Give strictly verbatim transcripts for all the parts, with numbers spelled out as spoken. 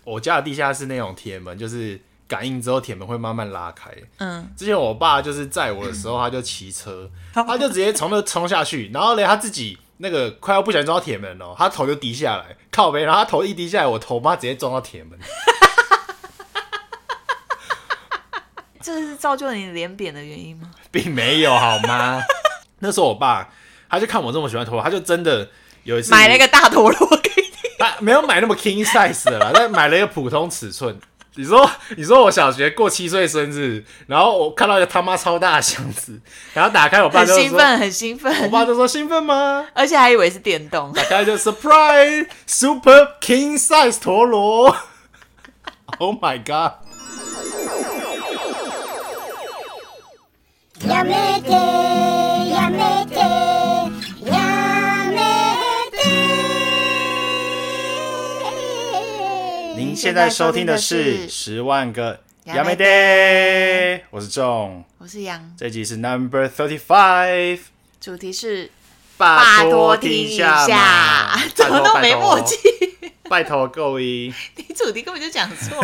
我家的地下室那种铁门，就是感应之后铁门会慢慢拉开。 嗯， 之前我爸就是载我的时候，他就骑车，他就直接从那冲下去，然后连他自己那个快要不小心撞到铁门了，他头就低下来，靠北，然后他头一低下来，我头妈直接撞到铁门。 这是造就你脸扁的原因吗？ 并没有好吗？那时候我爸他就看我这么喜欢陀螺，他就真的有一次买了一个大陀螺给你。 他没有买那么 king size 的啦，但买了一个普通尺寸。你说，你说我小学过七岁生日，然后我看到一个他妈超大的箱子，然后打开，我爸就说很兴奋，很兴奋。 我爸就说兴奋吗？ 而且还以为是电动。 打开就 surprise super king size 陀螺。Oh my god！ やめてやめてやめて。 您现在收听的是《十万个やめて》，我是仲， 我是杨， 这集是 number thirty-five， 主题是拜托听一下嘛， 怎么都没默契。 拜托各位， 你主题根本就讲错。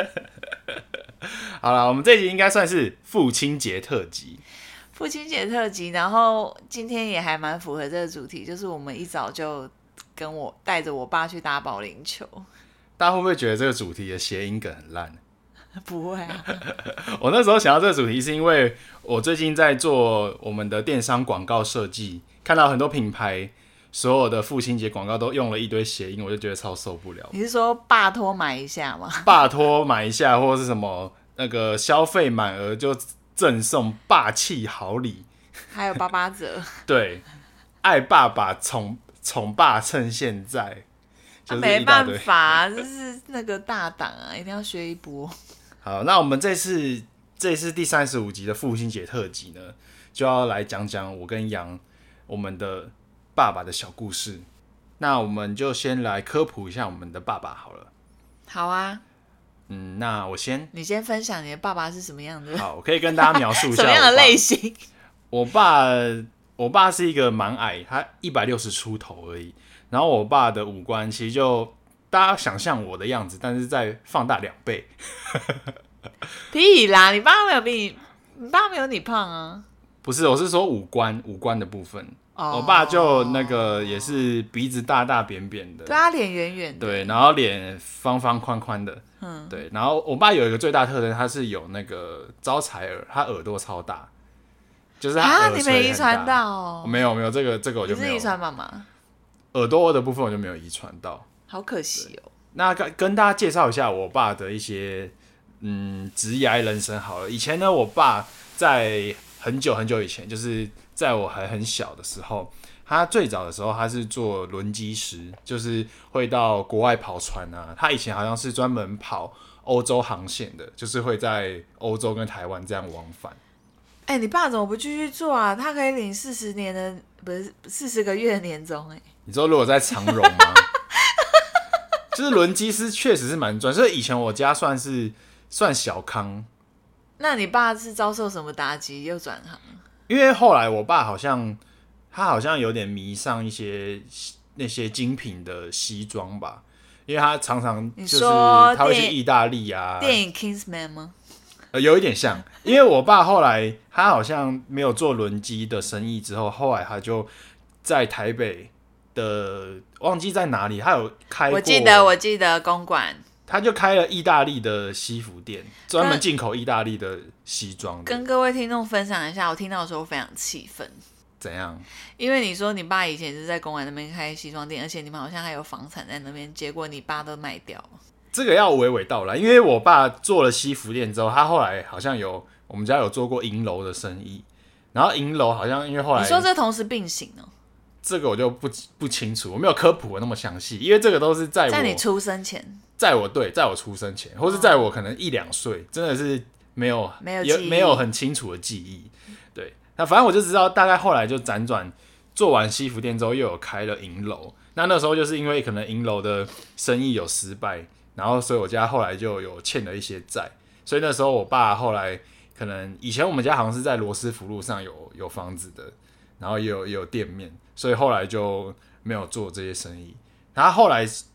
好了，我们这集应该算是父亲节特辑。 父亲节特辑，然后今天也还蛮符合这个主题，就是我们一早就跟我带着我爸去打保龄球。 大家会不会觉得这个主题的谐音梗很烂？ 不会啊。 我那时候想到这个主题，是因为我最近在做我们的电商广告设计，看到很多品牌所有的父亲节广告都用了一堆谐音，我就觉得超受不了。 你是说拜托买一下吗？ 拜托买一下，或者是什么那个消费满额就赠送霸气好礼， 还有八八折。 对，爱爸爸宠宠爸趁现在，就是没一大堆办法，这是那个大档啊，一定要学一波。 好，那我们这次这次第三十五集的父亲节特辑呢，就要来讲讲我跟杨我们的爸爸的小故事。那我们就先来科普一下我们的爸爸好了。 好啊。 嗯，那我先， 你先分享你的爸爸是什么样的？ 好，我可以跟大家描述一下什么样的类型？ 我爸，我爸是一个蛮矮，他一百六十出头而已。然后我爸的五官其实就大家想象我的样子，但是再放大两倍。 屁啦！你爸没有比你，你爸没有你胖啊。 不是，我是说五官，五官的部分。 Oh. 我爸就那个也是鼻子大大扁扁的， 对，他脸圆圆的， 对，然后脸方方宽宽的，嗯，对，然后我爸有一个最大特征，他是有那个招财耳，他耳朵超大，就是他耳垂很大。啊， 你没遗传到哦？ 没有没有，这个这个我就没有。 你是遗传妈妈？ 耳朵的部分我就没有遗传到， 好可惜哦。 那跟跟大家介绍一下我爸的一些嗯职业人生好了。以前呢，我爸在很久很久以前，就是在我还很小的时候，他最早的时候他是做轮机师，就是会到国外跑船啊。他以前好像是专门跑欧洲航线的，就是会在欧洲跟台湾这样往返。 哎、欸，你爸怎么不继续做啊？他可以领四十年的，不是四十个月的年终哎、欸。 你说如果在长荣吗？就是轮机师确实是蛮赚，所以以前我家算是算小康。 那你爸是遭受什么打击又转行？ 因为后来我爸好像他好像有点迷上一些那些精品的西装吧，因为他常常就是他会去意大利啊。 电影 Kingsman 吗？ 呃，有一点像，因为我爸后来他好像没有做轮机的生意之后，后来他就在台北的忘记在哪里，他有开过， 我记得我记得公馆。 他就开了意大利的西服店，专门进口意大利的西装。 跟各位听众分享一下，我听到的时候非常气愤。 怎样？ 因为你说你爸以前是在公馆那边开西装店，而且你们好像还有房产在那边，结果你爸都卖掉了。 这个要娓娓道来，因为我爸做了西服店之后，他后来好像有我们家有做过银楼的生意，然后银楼好像因为后来你说这同时并行哦。 这个我就不不清楚，我没有科普的那么详细，因为这个都是在我在你出生前， 在我对，在我出生前，或是在我可能一两岁，真的是没有没有记忆没有很清楚的记忆。对，那反正我就知道，大概后来就辗转做完西服店之后，又有开了银楼。那那时候就是因为可能银楼的生意有失败，然后所以我家后来就有欠了一些债，所以那时候我爸后来可能以前我们家好像是在罗斯福路上有有房子的，然后也有也有店面。所以后来就没有做这些生意，然后后来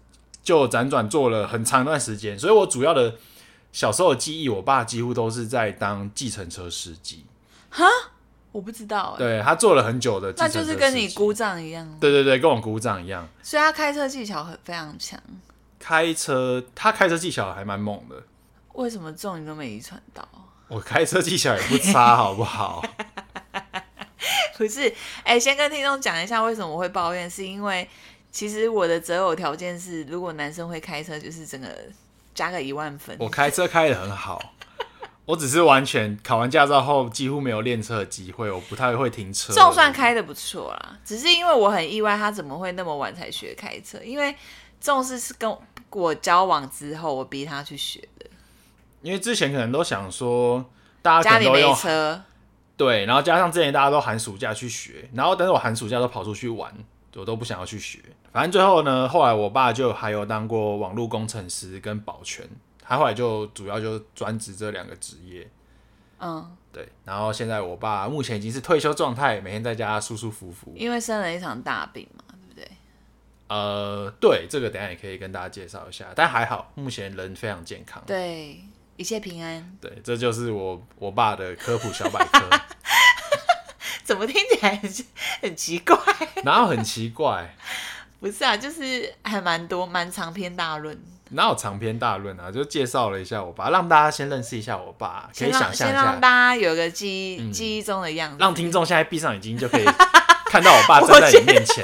就辗转做了很长一段时间，所以我主要的小时候的记忆，我爸几乎都是在当计程车司机。 哈，我不知道哎。 对，他做了很久的计程那车司机， 就是跟你姑丈一样。 对对对，跟我姑丈一样。 所以他开车技巧很非常强。 开车，他开车技巧还蛮猛的。 为什么中你都没遗传到？ 我开车技巧也不差，好不好？ 不是，哎、欸，先跟听众讲一下为什么我会抱怨，是因为其实我的择偶条件是，如果男生会开车，就是整个加个一万分。 我开车开得很好，我只是完全考完驾照后几乎没有练车的机会，我不太会停车。 仲算开得不错啦，只是因为我很意外，他怎么会那么晚才学开车？因为仲是是跟我交往之后，我逼他去学的。 因为之前可能都想说，大家可家里能都用没车。 对，然后加上之前大家都寒暑假去学，然后但是我寒暑假都跑出去玩，我都不想要去学。反正最后呢，后来我爸就还有当过网络工程师跟保全，他后来就主要就专职这两个职业。 嗯， 对。然后现在我爸目前已经是退休状态，每天在家舒舒服服。 因为生了一场大病嘛，对不对？ 呃，对，这个等一下也可以跟大家介绍一下，但还好，目前人非常健康。 对，一切平安。 对，这就是我我爸的科普小百科。 怎么听起来很很奇怪？ 哪有很奇怪？ 不是啊，就是还蛮多蛮长篇大论。 哪有长篇大论啊？就介绍了一下我爸，让大家先认识一下我爸，可以想象一下， 先让大家有个记忆、 嗯、 记忆中的样子， 让听众现在闭上眼睛就可以看到我爸站在你面前。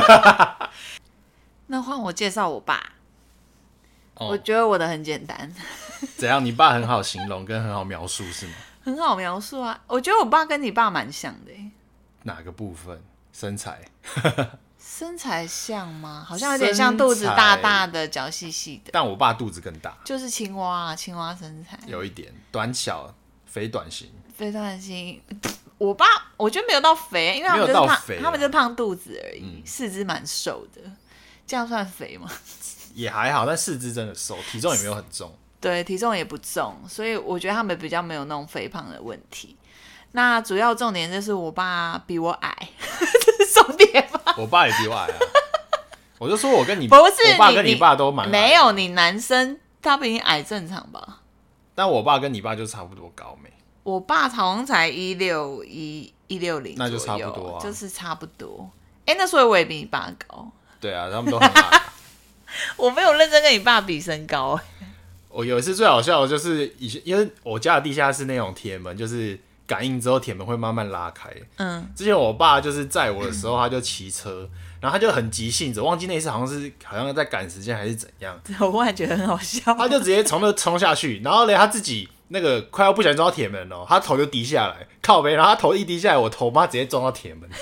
那换我介绍我爸、 哦， 我觉得我的很简单。 怎样？你爸很好形容跟很好描述是吗？ 很好描述啊，我觉得我爸跟你爸蛮像的。 哪个部分？身材？ 身材像吗？好像有点像，肚子大大的，脚细细的。 但我爸肚子更大， 就是青蛙啊，青蛙身材， 有一点短小，肥短型。 肥短型，我爸我觉得没有到肥，因为他们就是胖，啊、他们就是胖肚子而已，嗯、四肢蛮瘦的，这样算肥吗？ 也还好，但四肢真的瘦，体重也没有很重。 对，体重也不重，所以我觉得他们比较没有那种肥胖的问题。那主要重点就是我爸比我矮，这是重点吗？ 我爸也比我矮啊，我就说我跟你不是， 我爸跟你爸都蛮矮的， 没有你男生他比你矮正常吧？ 但我爸跟你爸就差不多高没？ 我爸好像才一六一一六零， 那就差不多啊， 就是差不多。哎、欸，那所以我也比你爸高。 对啊，他们都很矮。 我没有认真跟你爸比身高。 我有一次最好笑的就是以前，因为我家的地下室那种铁门，就是感应之后铁门会慢慢拉开。嗯，之前我爸就是载我的时候，他就骑车，然后他就很急性子，忘记那次好像是好像在赶时间还是怎样。 我忽然觉得很好笑， 他就直接从那冲下去，然后呢他自己那个快要不小心撞到铁门哦，他头就低下来，靠北，然后他头一低下来，我头妈直接撞到铁门。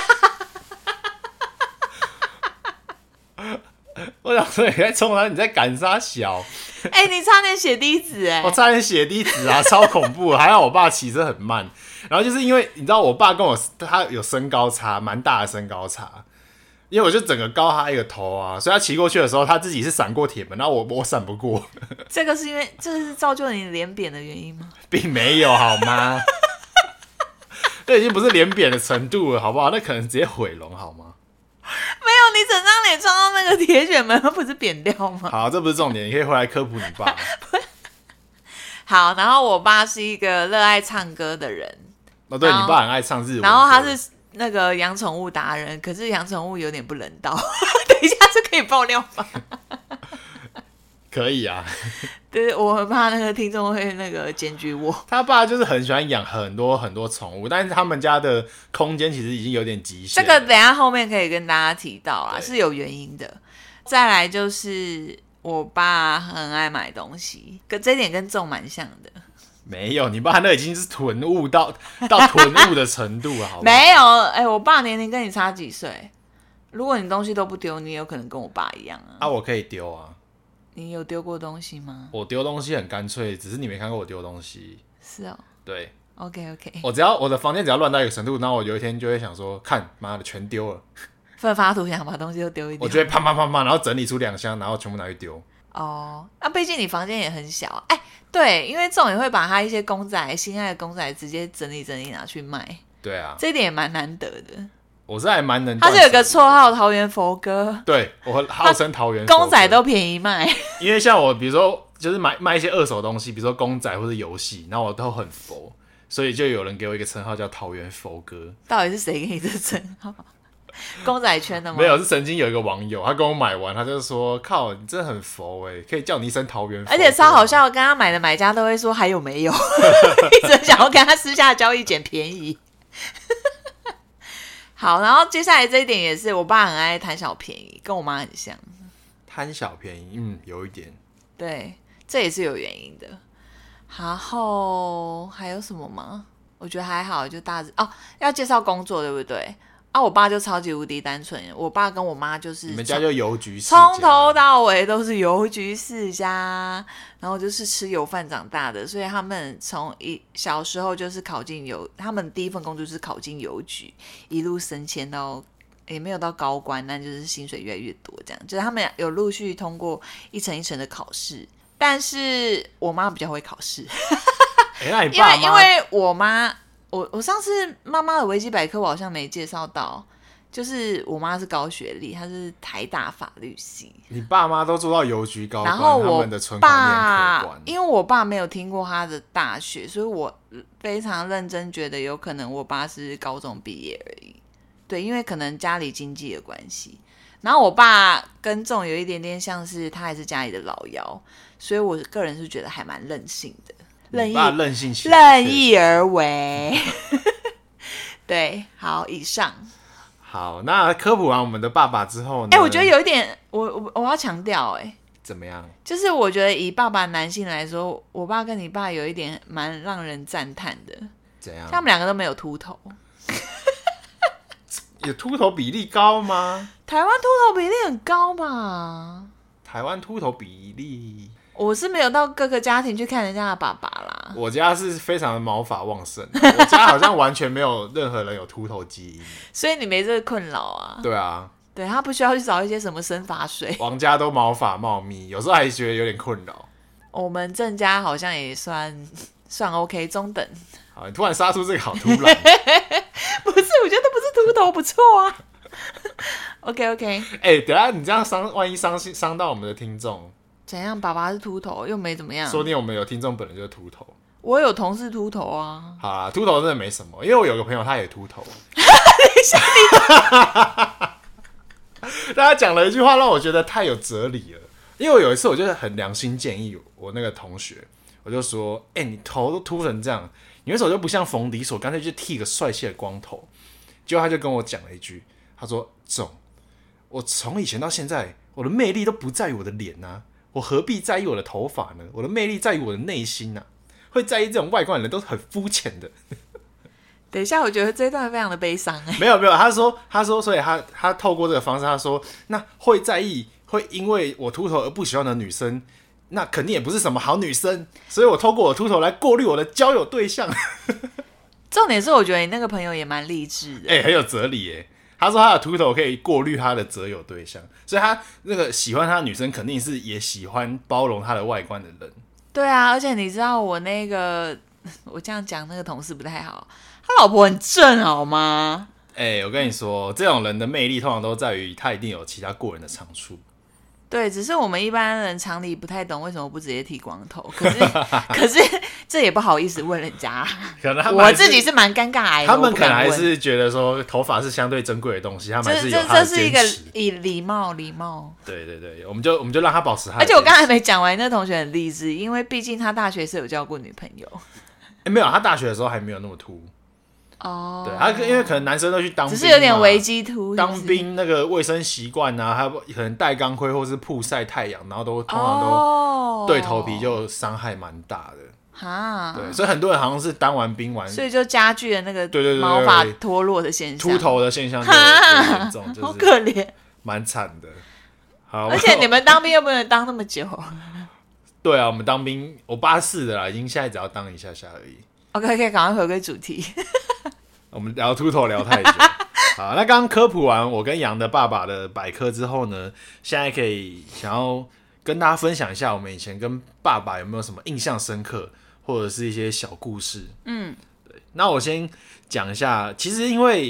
我想说你在冲他，你在赶啥小？ 哎、欸，你差点血滴子哎！ 我差点血滴子啊，超恐怖！还好我爸骑车很慢，然后就是因为你知道我爸跟我他有身高差，蛮大的身高差，因为我就整个高他一个头啊，所以他骑过去的时候，他自己是闪过铁门，然后我我闪不过。 这个是因为这个是造就你脸扁的原因吗？ 并没有好吗？这已经不是脸扁的程度了，好不好？那可能直接毁容好吗？ 没有，你整张脸撞到那个铁卷门，不是扁掉吗？ 好，这不是重点，你可以回来科普你爸。 好，然后我爸是一个热爱唱歌的人。 哦，对，你爸很爱唱日文。 然后他是那个养宠物达人，可是养宠物有点不人道。等一下，这可以爆料吗？ 可以啊。 对，我很怕那个听众会那个检举我。 他爸就是很喜欢养很多很多宠物，但是他们家的空间其实已经有点极限。 这个等一下后面可以跟大家提到啦，是有原因的。再来就是我爸很爱买东西，跟这一点跟仲蛮像的。 没有，你爸那已经是囤物到到囤物的程度了，好不好？ 没有，哎、欸，我爸年龄跟你差几岁？如果你东西都不丢，你也有可能跟我爸一样啊。 啊，我可以丢啊。 你有丢过东西吗？ 我丢东西很干脆，只是你没看过我丢东西。 是哦。 对。 OK OK。 我只要我的房间只要乱到一个程度，然后我有一天就会想说，看妈的全丢了。 奋发图想把东西都丢一丢。 我就会啪啪啪啪，然后整理出两箱，然后全部拿去丢。 哦，那、啊、毕竟你房间也很小，哎、欸，对，因为仲也会把他一些公仔、心爱的公仔直接整理整理拿去卖。 对啊， 这一点也蛮难得的。 我是还蛮能。 他是有个绰号桃园佛哥， 对我号称桃园佛哥， 公仔都便宜卖。 因为像我，比如说就是买卖一些二手东西，比如说公仔或者游戏，然后我都很佛，所以就有人给我一个称号叫桃园佛哥。 到底是谁给你这称号？公仔圈的吗？ 没有，是曾经有一个网友，他跟我买完，他就说：“靠，你真的很佛哎，可以叫你一声桃园佛哥。” 而且超好笑，跟他买的买家都会说还有没有，一直想要跟他私下交易捡便宜。好，然后接下来这一点也是，我爸很爱贪小便宜，跟我妈很像。 贪小便宜，嗯，有一点。 对，这也是有原因的。然后还有什么吗？我觉得还好，就大致哦，要介绍工作对不对？啊，我爸就超级无敌单纯，我爸跟我妈就是你们家就邮局世家， 从头到尾都是邮局世家，然后就是吃油饭长大的，所以他们从一小时候就是考进邮，他们第一份工作就是考进邮局，一路升迁到也没有到高官，但就是薪水越来越多，这样就是他们有陆续通过一层一层的考试，但是我妈比较会考试， 欸、那你爸妈因为因为我妈。我我上次妈妈的维基百科我好像没介绍到，就是我妈是高学历，她是台大法律系。 你爸妈都做到邮局高官， 然后我他们的存款也很可观。 因为我爸没有听过他的大学，所以我非常认真觉得有可能我爸是高中毕业而已。对，因为可能家里经济的关系。然后我爸跟这种有一点点像是他还是家里的老幺，所以我个人是觉得还蛮任性的。任意任性起来任意而为。对，好，以上。 好，那科普完我们的爸爸之后呢？ 哎、欸，我觉得有一点，我我我要强调，哎， 怎么样？ 就是我觉得以爸爸男性来说，我爸跟你爸有一点蛮让人赞叹的。 怎样？ 他们两个都没有秃头。 有秃头比例高吗？ 台湾秃头比例很高吧？ 台湾秃头比例。 我是没有到各个家庭去看人家的爸爸啦。 我家是非常的毛发旺盛，我家好像完全没有任何人有秃头基因， 所以你没这个困扰啊。 对啊， 对，他不需要去找一些什么生发水。 王家都毛发茂密，有时候还觉得有点困扰。 我们郑家好像也算算 OK 中等。 好，你突然杀出这个好突然。 不是，我觉得不是秃头不错啊。OK OK。 哎、欸，等一下你这样伤，万一伤伤到我们的听众。 怎样？爸爸是秃头，又没怎么样。 说不定我们有听众本人就是秃头。 我有同事秃头啊。 好啦，秃头真的没什么，因为我有个朋友他也秃头。大家讲了一句话让我觉得太有哲理了。因为我有一次我就很良心建议我那个同学，我就说：“哎、欸，你头都秃成这样，你为什么就不像冯迪所，干脆就剃个帅气的光头？”结果他就跟我讲了一句，他说：“总，我从以前到现在，我的魅力都不在于我的脸啊。”我何必在意我的头发呢？我的魅力在于我的内心啊！会在意这种外观的人都是很肤浅的。 等一下，我觉得这一段非常的悲伤哎。 没有没有，他说他说，所以他他透过这个方式，他说，那会在意会因为我秃头而不喜欢的女生，那肯定也不是什么好女生。所以我透过我秃头来过滤我的交友对象。 重点是，我觉得你那个朋友也蛮励志的， 哎、欸，很有哲理耶。他说他的秃头可以过滤他的择友对象，所以他那个喜欢他的女生肯定是也喜欢包容他的外观的人。 对啊，而且你知道我那个，我这样讲那个同事不太好，他老婆很正好吗？ 哎、欸，我跟你说，这种人的魅力通常都在于他一定有其他过人的长处。 对，只是我们一般人常理不太懂为什么不直接剃光头，可是可是这也不好意思问人家， 可能他我自己是蛮尴尬的， 他们可能还是觉得说头发是相对珍贵的东西，他们还是有他的坚持。 这是一个以礼貌礼貌。 对对对，我们就我们就让他保持他的。 而且我刚才没讲完，那同学很励志，因为毕竟他大学是有交过女朋友。 欸、没有，他大学的时候还没有那么秃。 哦， 对，他因为可能男生都去当兵， 只是有点危机秃。 当兵那个卫生习惯啊，还有可能戴钢盔或是曝晒太阳，然后都通常都对头皮就伤害蛮大的。 哈， 对，所以很多人好像是当完兵完， 所以就加剧了那个对对对毛发脱落的现象， 秃头的现象就很严重， 好可怜， 蛮惨的。好， 而且你们当兵又不能当那么久。 对啊，我们当兵，我八四的啦，已经现在只要当一下下而已。 OK OK， 赶快回归主题。 我们聊秃头聊太久。好，那刚刚科普完我跟杨的爸爸的百科之后呢，现在可以想要跟大家分享一下我们以前跟爸爸有没有什么印象深刻，或者是一些小故事。 嗯， 对。那我先讲一下，其实因为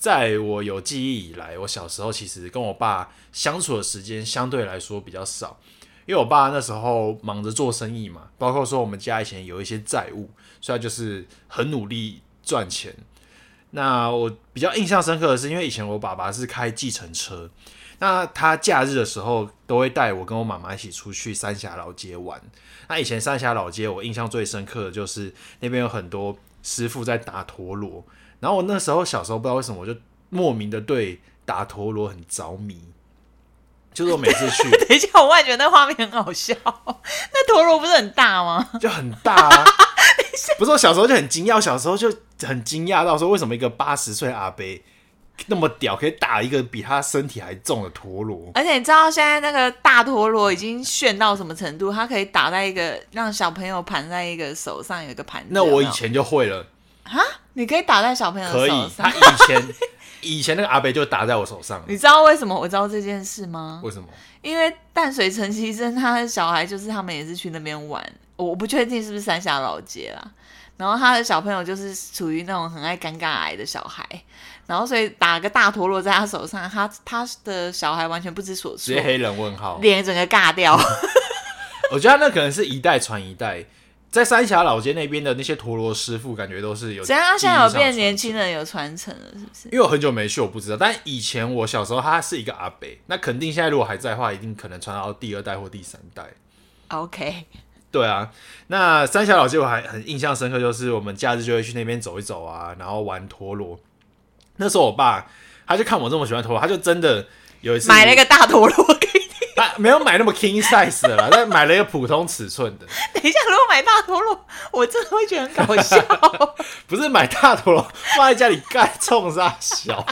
在我有记忆以来，我小时候其实跟我爸相处的时间相对来说比较少，因为我爸那时候忙着做生意嘛，包括说我们家以前有一些债务，所以他就是很努力赚钱。那我比较印象深刻的是，因为以前我爸爸是开计程车，那他假日的时候都会带我跟我妈妈一起出去三峡老街玩。那以前三峡老街我印象最深刻的就是那边有很多师傅在打陀螺，然后我那时候小时候不知道为什么我就莫名的对打陀螺很着迷，就是我每次去等一下，我忽然觉得那画面很好笑。那陀螺不是很大吗？ 就很大啊。不是，我小时候就很惊讶，小时候就很惊讶到说，为什么一个八十岁阿伯那么屌，可以打一个比他身体还重的陀螺？ 而且你知道现在那个大陀螺已经炫到什么程度？它可以打在一个让小朋友盘在一个手上有一个盘子。 那我以前就会了啊，你可以打在小朋友的可手上。 以，他以前以前那个阿伯就打在我手上。 你知道为什么我知道这件事吗？ 为什么？ 因为淡水陈其贞他的小孩就是他们也是去那边玩，我不确定是不是三峡老街啦。然后他的小朋友就是处于那种很爱尴尬癌的小孩，然后所以打个大陀螺在他手上，他他的小孩完全不知所措， 直接黑人问号， 脸整个尬掉。 我觉得那可能是一代传一代，在三峡老街那边的那些陀螺师傅，感觉都是有。 怎样？他现在有变年轻人有传承了，是不是？ 因为我很久没去，我不知道。但以前我小时候，他是一个阿伯，那肯定现在如果还在的话，一定可能传到第二代或第三代。 OK。 对啊，那三峡老街我还很印象深刻，就是我们假日就会去那边走一走啊，然后玩陀螺。那时候我爸他就看我这么喜欢陀螺，他就真的有一次买了一个大陀螺给你。 他没有买那么 king size 的啦，但买了一个普通尺寸的。 等一下，如果买大陀螺，我真的会觉得很搞笑。 不是买大陀螺放在家里干冲啥小？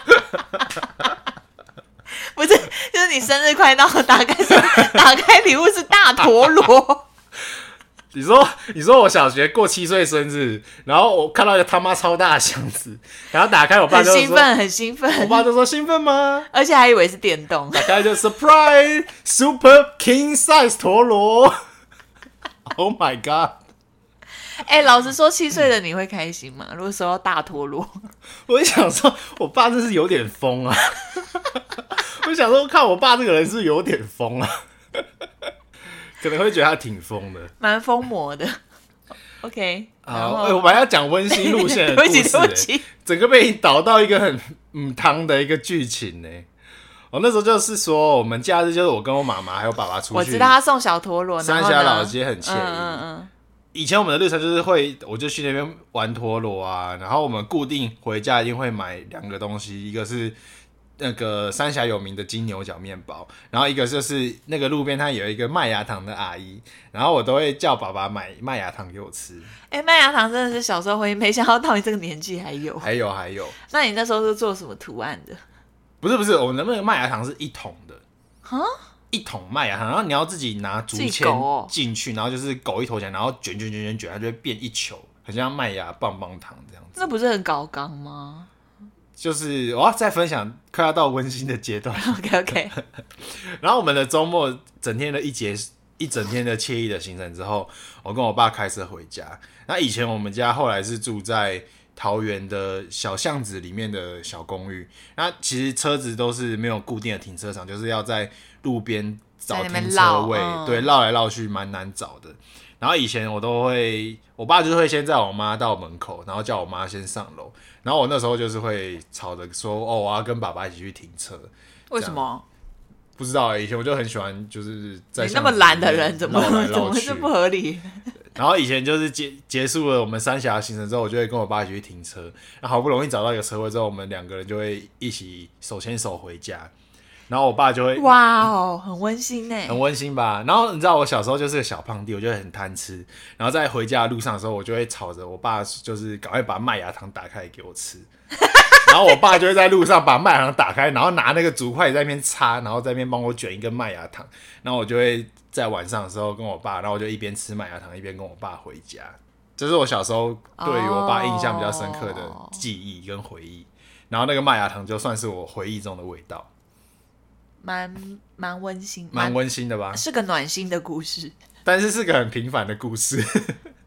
不是，就是你生日快到，打开打开礼物是大陀螺。 你说，你说我小学过七岁生日，然后我看到一个他妈超大的箱子，然后打开，我爸就说很兴奋，很兴奋。 我爸就说兴奋吗？ 而且还以为是电动。 打开就 surprise super king size 陀螺。Oh my god！ 哎、欸，老实说，七岁的你会开心吗？如果收到大陀螺， 我就想说，我爸真是有点疯啊！我就想说，看我爸这个人是有点疯啊。可能会觉得他挺疯的， 蛮疯魔的。OK， 好，欸、我本来要讲温馨路线的故事、欸， 对不起， 整个被你导到一个很嗯汤的一个剧情呢、欸。我那时候就是说，我们假日就是我跟我妈妈还有爸爸出去， 我知道他送小陀螺， 三峡老街很惬意。 嗯嗯嗯。 以前我们的日程就是会，我就去那边玩陀螺啊，然后我们固定回家一定会买两个东西，一个是那个三峡有名的金牛角面包，然后一个就是那个路边摊有一个麦芽糖的阿姨，然后我都会叫爸爸买麦芽糖给我吃。 哎、欸，麦芽糖真的是小时候会，没想到到你这个年纪还有， 还有还有。 那你那时候是做什么图案的？ 不是不是，我们那个麦芽糖是一桶的， 哈， 一桶麦芽糖，然后你要自己拿竹签进去，然后就是狗一头起来，然后卷卷卷卷卷，它就会变一球，很像麦芽棒棒糖这样子。 那不是很高纲吗？ 就是我要再分享快要到温馨的阶段。 OK OK。 然后我们的周末整天的一节一整天的惬意的行程之后，我跟我爸开车回家。那以前我们家后来是住在桃园的小巷子里面的小公寓，那其实车子都是没有固定的停车场，就是要在路边找停车位，嗯、对，绕来绕去蛮难找的。然后以前我都会，我爸就会先载我妈到门口，然后叫我妈先上楼。然后我那时候就是会吵着说，哦，我要跟爸爸一起去停车。 为什么？ 不知道、欸，以前我就很喜欢，就是在你那么懒的人，怎么绕来绕去怎么是不合理？ 然后以前就是结结束了我们三峡行程之后，我就会跟我爸一起去停车。然后好不容易找到一个车位之后，我们两个人就会一起手牵手回家。然后我爸就会， 哇哦，很温馨呢， 很温馨吧。然后你知道我小时候就是个小胖弟，我就会很贪吃。然后在回家的路上的时候，我就会吵着我爸，就是赶快把麦芽糖打开给我吃。然后我爸就会在路上把麦芽糖打开，然后拿那个竹筷在那边插，然后在那边帮我卷一根麦芽糖。然后我就会在晚上的时候跟我爸，然后我就一边吃麦芽糖一边跟我爸回家。这是我小时候对于我爸印象比较深刻的记忆跟回忆。然后那个麦芽糖就算是我回忆中的味道。 蛮蛮温馨， 蛮温馨的吧？ 是个暖心的故事， 但是是个很平凡的故事。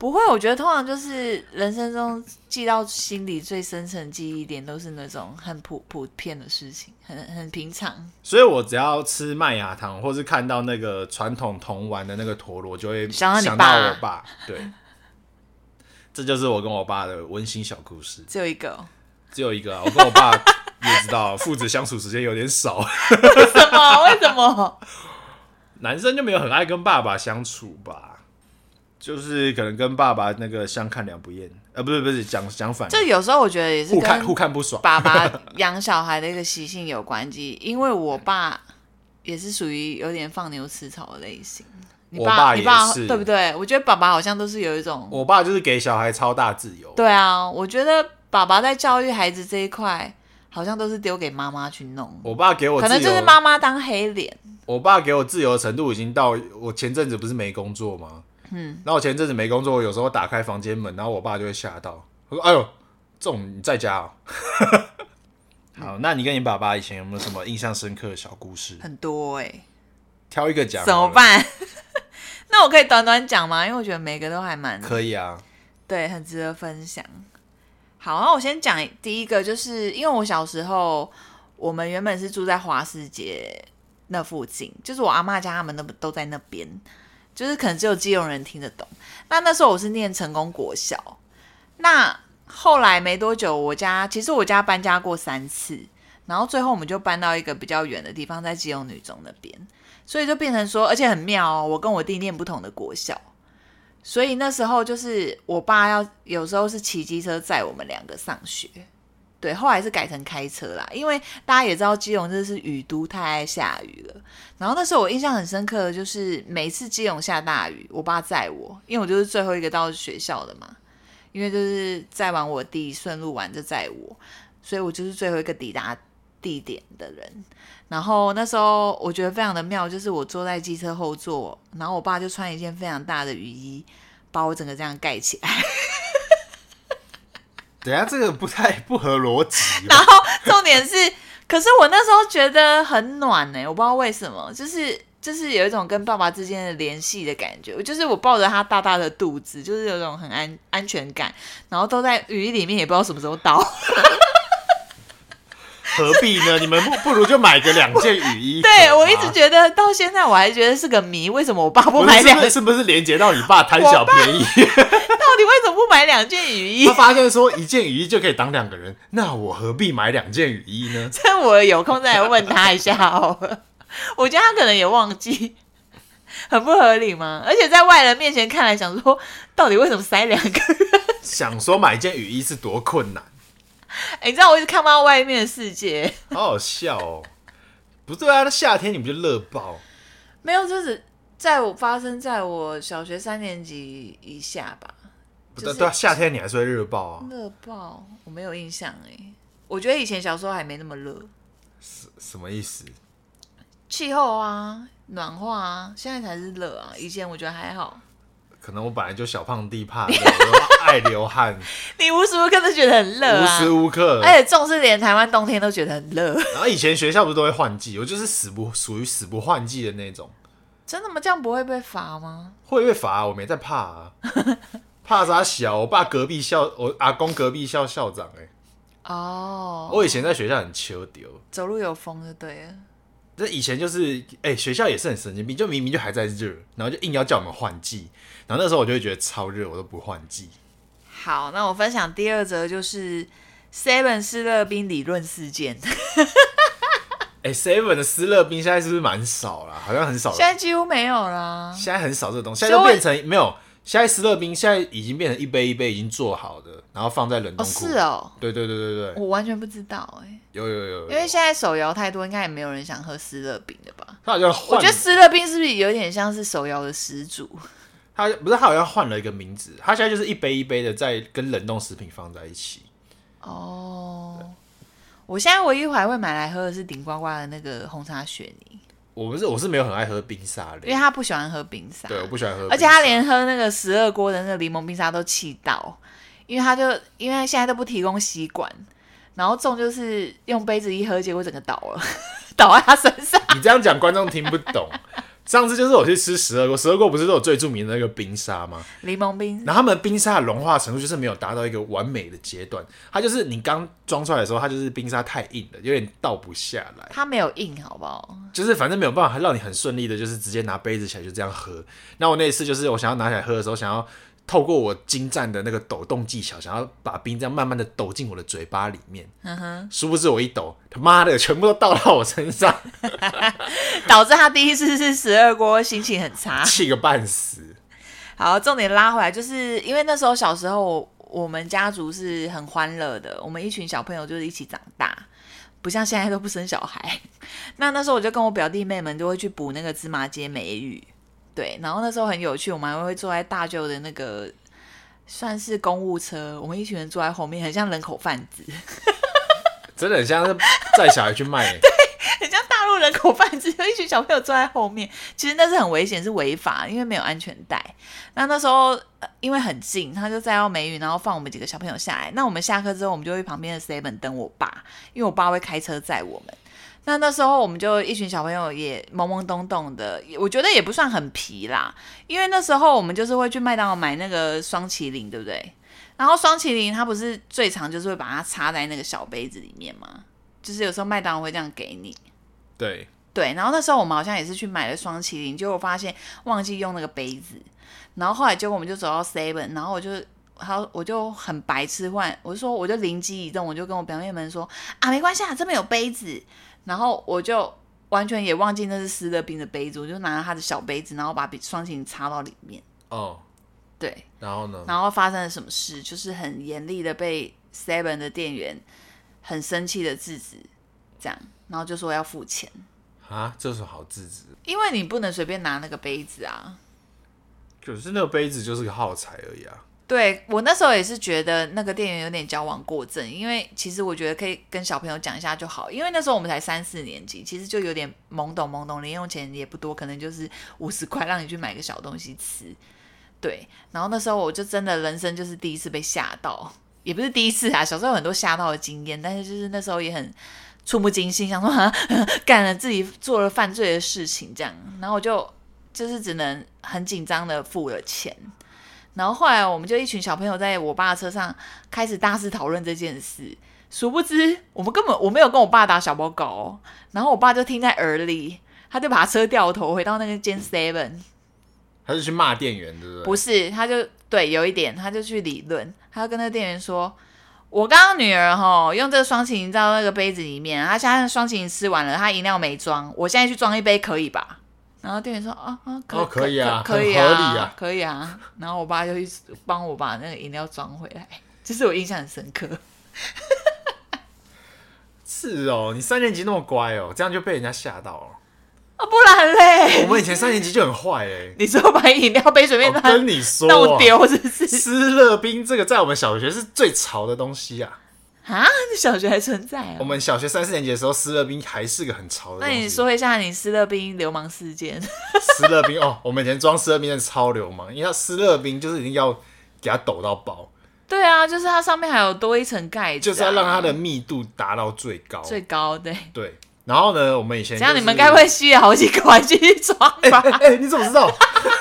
不会，我觉得通常就是人生中记到心里最深层记忆点，都是那种很普普遍的事情，很很平常。 所以我只要吃麦芽糖，或是看到那个传统童玩的那个陀螺，就会想到你想爸到我爸。对，这就是我跟我爸的温馨小故事。 只有一个、哦， 只有一个、啊，我跟我爸也知道，父子相处时间有点少。 为什么？为什么？ 男生就没有很爱跟爸爸相处吧？就是可能跟爸爸那个相看两不厌，呃，不是不是，讲相反， 就有时候我觉得也是互看跟互看不爽。 爸爸养小孩的一个习性有关系，因为我爸也是属于有点放牛吃草的类型。你我爸你爸也是对不对？我觉得爸爸好像都是有一种， 我爸就是给小孩超大自由。 对啊，我觉得爸爸在教育孩子这一块，好像都是丢给妈妈去弄。 我爸给我自由， 可能就是妈妈当黑脸。 我爸给我自由的程度已经到，我前阵子不是没工作吗？嗯，然后我前阵子没工作，我有时候打开房间门，然后我爸就会吓到，他说：“哎呦，这种你在家哦。”好，那你跟你爸爸以前有没有什么印象深刻的小故事？ 很多哎、欸， 挑一个讲， 怎么办？那我可以短短讲吗？因为我觉得每个都还蛮可以啊， 对，很值得分享。好，那我先讲第一个，就是因为我小时候，我们原本是住在华世街那附近，就是我阿嬷家他们都都在那边，就是可能只有基隆人听得懂。那那时候我是念成功国小，那后来没多久，我家其实我家搬家过三次，然后最后我们就搬到一个比较远的地方，在基隆女中那边，所以就变成说，而且很妙哦，我跟我弟念不同的国小。所以那时候就是我爸要有时候是骑机车载我们两个上学，对，后来是改成开车啦，因为大家也知道基隆这是雨都，太爱下雨了。然后那时候我印象很深刻的就是每次基隆下大雨，我爸载我，因为我就是最后一个到学校的嘛，因为就是载完我弟顺路完就载我，所以我就是最后一个抵达地点的人。然后那时候我觉得非常的妙，就是我坐在机车后座，然后我爸就穿一件非常大的雨衣，把我整个这样盖起来。 等一下这个不太不合逻辑。 然后重点是，可是我那时候觉得很暖呢、欸，我不知道为什么，就是就是有一种跟爸爸之间的联系的感觉。就是我抱着他大大的肚子，就是有一种很安安全感，然后都在雨衣里面，也不知道什么时候到。 何必呢？你们不不如就买个两件雨衣。 对，我一直觉得到现在我还觉得是个谜，为什么我爸不买两？ 是不是是不是连接到你爸贪小便宜？ 到底为什么不买两件雨衣？ 他发现说一件雨衣就可以挡两个人，那我何必买两件雨衣呢？ 趁我有空再来问他一下好了。我觉得他可能也忘记，很不合理吗？而且在外人面前看来，想说到底为什么塞两个人？ 想说买一件雨衣是多困难。 欸、你知道我一直看不到外面的世界， 好好笑哦！不对啊，那夏天你们就热爆。 没有，就是在我发生在我小学三年级以下吧。 对、就是、对啊，夏天你还是会热爆啊。 热爆，我没有印象哎。我觉得以前小时候还没那么热。 什么意思？ 气候啊，暖化啊，现在才是热啊。以前我觉得还好。 可能我本来就小胖弟怕热，爱流汗。 你无时无刻都觉得很热啊， 无时无刻， 而且重视连台湾冬天都觉得很热。 然后以前学校不是都会换季，我就是死不属于死不换季的那种。 真的吗？这样不会被罚吗？ 会被罚、啊，我没在怕啊。怕啥小？我爸隔壁校，我阿公隔壁校校长哎、欸。 哦、 oh, 我以前在学校很秋丢， 走路有风就对了。 这以前就是哎、欸，学校也是很神经病，就明明就还在热，然后就硬要叫我们换季。然后那时候我就会觉得超热，我都不换季。 好，那我分享第二则就是 Seven 思乐冰理论事件。 哎、欸、，Seven 的思乐冰现在是不是蛮少啦？好像很少了。 现在几乎没有啦。 现在很少这个东西，现在都变成没有。现在思乐冰现在已经变成一杯一杯已经做好的，然后放在冷冻库。 哦，是哦。 对对对对对。 我完全不知道哎、欸。 有有有有。 因为现在手摇太多，应该也没有人想喝思乐冰的吧？ 他好像换。 我觉得思乐冰是不是有点像是手摇的始祖？ 他不是，他好像换了一个名字，他现在就是一杯一杯的在跟冷冻食品放在一起。 哦，我现在唯一还会买来喝的是顶呱呱的那个红茶雪泥。 我不是，我是没有很爱喝冰沙类， 因为他不喜欢喝冰沙。 对，我不喜欢喝冰沙， 而且他连喝那个十二锅的那个柠檬冰沙都气到，因为他就因为现在都不提供吸管，然后重就是用杯子一喝，结果整个倒了，倒在他身上。 你这样讲观众听不懂。 上次就是我去吃十二锅，十二锅不是都有最著名的那个冰沙吗？ 柠檬冰， 然后他们冰沙的融化程度就是没有达到一个完美的阶段，它就是你刚装出来的时候，它就是冰沙太硬了，有点倒不下来。 它没有硬，好不好？ 就是反正没有办法让你很顺利的，就是直接拿杯子起来就这样喝。那我那一次就是我想要拿起来喝的时候，想要透过我精湛的那个抖动技巧，想要把冰这样慢慢的抖进我的嘴巴里面。嗯哼，殊不知我一抖，他妈的全部都倒到我身上， 导致他第一次是十二锅，心情很差， 气个半死。 好，重点拉回来，就是因为那时候小时候我，我们家族是很欢乐的，我们一群小朋友就是一起长大，不像现在都不生小孩。那那时候我就跟我表弟妹们都会去补那个芝麻街美语。对，然后那时候很有趣，我们还会坐在大舅的那个算是公务车，我们一群人坐在后面，很像人口贩子， 真的很像是载小孩去卖。 对，很像大陆人口贩子，有一群小朋友坐在后面，其实那是很危险，是违法，因为没有安全带。那那时候、呃、因为很近，他就载到美语，然后放我们几个小朋友下来。那我们下课之后，我们就会去旁边的 seven 等我爸，因为我爸会开车载我们。那那时候我们就一群小朋友也懵懵懂懂的，我觉得也不算很皮啦，因为那时候我们就是会去麦当劳买那个双麒麟，对不对？然后双麒麟它不是最常就是会把它插在那个小杯子里面吗？就是有时候麦当劳会这样给你。 对对，然后那时候我们好像也是去买了双麒麟，结果发现忘记用那个杯子，然后后来结果我们就走到 seven， 然后我就。好，我就很白痴，换我就说，我就灵机一动，我就跟我表妹们说啊，没关系啊，这边有杯子。然后我就完全也忘记那是斯乐冰的杯子，我就拿了他的小杯子，然后把双麒麟插到里面。 哦， 对， 然后呢？ 然后发生了什么事？就是很严厉的被 Seven 的店员很生气的制止，这样，然后就说要付钱啊，这有什么好制止？ 因为你不能随便拿那个杯子啊。 可是那个杯子就是个耗材而已啊。 对，我那时候也是觉得那个店员有点矫枉过正，因为其实我觉得可以跟小朋友讲一下就好，因为那时候我们才三四年级，其实就有点懵懂懵懂，零用钱也不多，可能就是五十块让你去买个小东西吃。对，然后那时候我就真的人生就是第一次被吓到，也不是第一次啊，小时候有很多吓到的经验，但是就是那时候也很触目惊心，想说啊干了自己做了犯罪的事情这样，然后我就就是只能很紧张的付了钱。然后后来我们就一群小朋友在我爸的车上开始大肆讨论这件事，殊不知我们根本我没有跟我爸打小报告哦，然后我爸就听在耳里，他就把车掉头回到那个间 seven， 他是去骂店员对不对？ 不是，他就对有一点，他就去理论，他就跟那个店员说，我刚刚女儿齁用这个双麒麟到那个杯子里面，她现在双麒麟吃完了，她饮料没装，我现在去装一杯可以吧？然后店员说啊啊可、 哦、可以啊， 可以啊，很合理啊， 可以啊。然后我爸就去帮我把那个饮料装回来，这是我印象很深刻。 是哦，你三年级那么乖哦，这样就被人家吓到了。 啊，不然嘞？ 我们以前三年级就很坏哎。 你说把饮料杯随便我跟你说、啊， 弄丢是不是？ 斯乐冰这个在我们小学是最潮的东西啊。 啊，小学还存在啊？ 我们小学三四年级的时候，斯乐冰还是个很潮的东西。 那你说一下你斯乐冰流氓事件。 斯乐冰哦，我们以前装斯乐冰真的超流氓，因为斯乐冰就是一定要给它抖到爆。 对啊，就是它上面还有多一层盖子、啊， 就是要让它的密度达到最高。 最高对。 对，然后呢，我们以前、就是、 这样你们该不会吸了好几罐继续装吧？ 哎、欸欸欸，你怎么知道？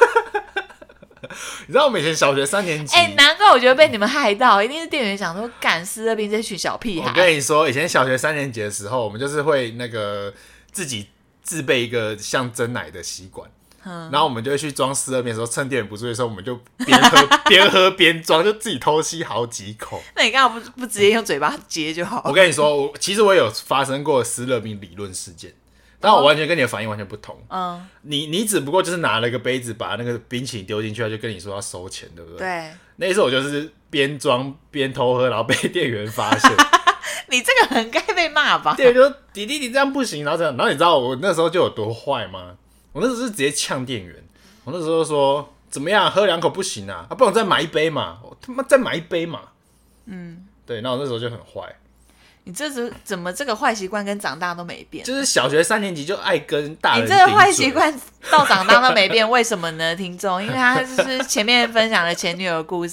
你知道我们以前小学三年级， 哎、欸，难怪我觉得被你们害到，一定是店员想说干斯乐冰这群小屁孩。 我跟你说，以前小学三年级的时候，我们就是会那个自己自备一个像真奶的吸管，嗯、然后我们就会去装斯乐冰的时候，趁店员不注意的时候，我们就边喝边喝边装，就自己偷吸好几口。 那你干嘛不不直接用嘴巴接就好？ 我跟你说，我其实我也有发生过斯乐冰理论事件。但我完全跟你的反应完全不同。嗯，你你只不过就是拿了个杯子，把那个冰淇淋丢进去，他就跟你说要收钱，对不对？ 对。 那一次我就是边装边偷喝，然后被店员发现。 你这个很该被骂吧？ 店员就说：“弟弟，你这样不行。”然后这样，然后你知道我那时候就有多坏吗？我那时候是直接呛店员。我那时候说：“怎么样，喝两口不行啊？啊，不然我再买一杯嘛！我他妈再买一杯嘛！”嗯，对。那我那时候就很坏。 你这是怎么这个坏习惯跟长大都没变？ 就是小学三年级就爱跟大人。 你这个坏习惯到长大都没变，为什么呢？听众，因为他就是前面分享了前女友的故事，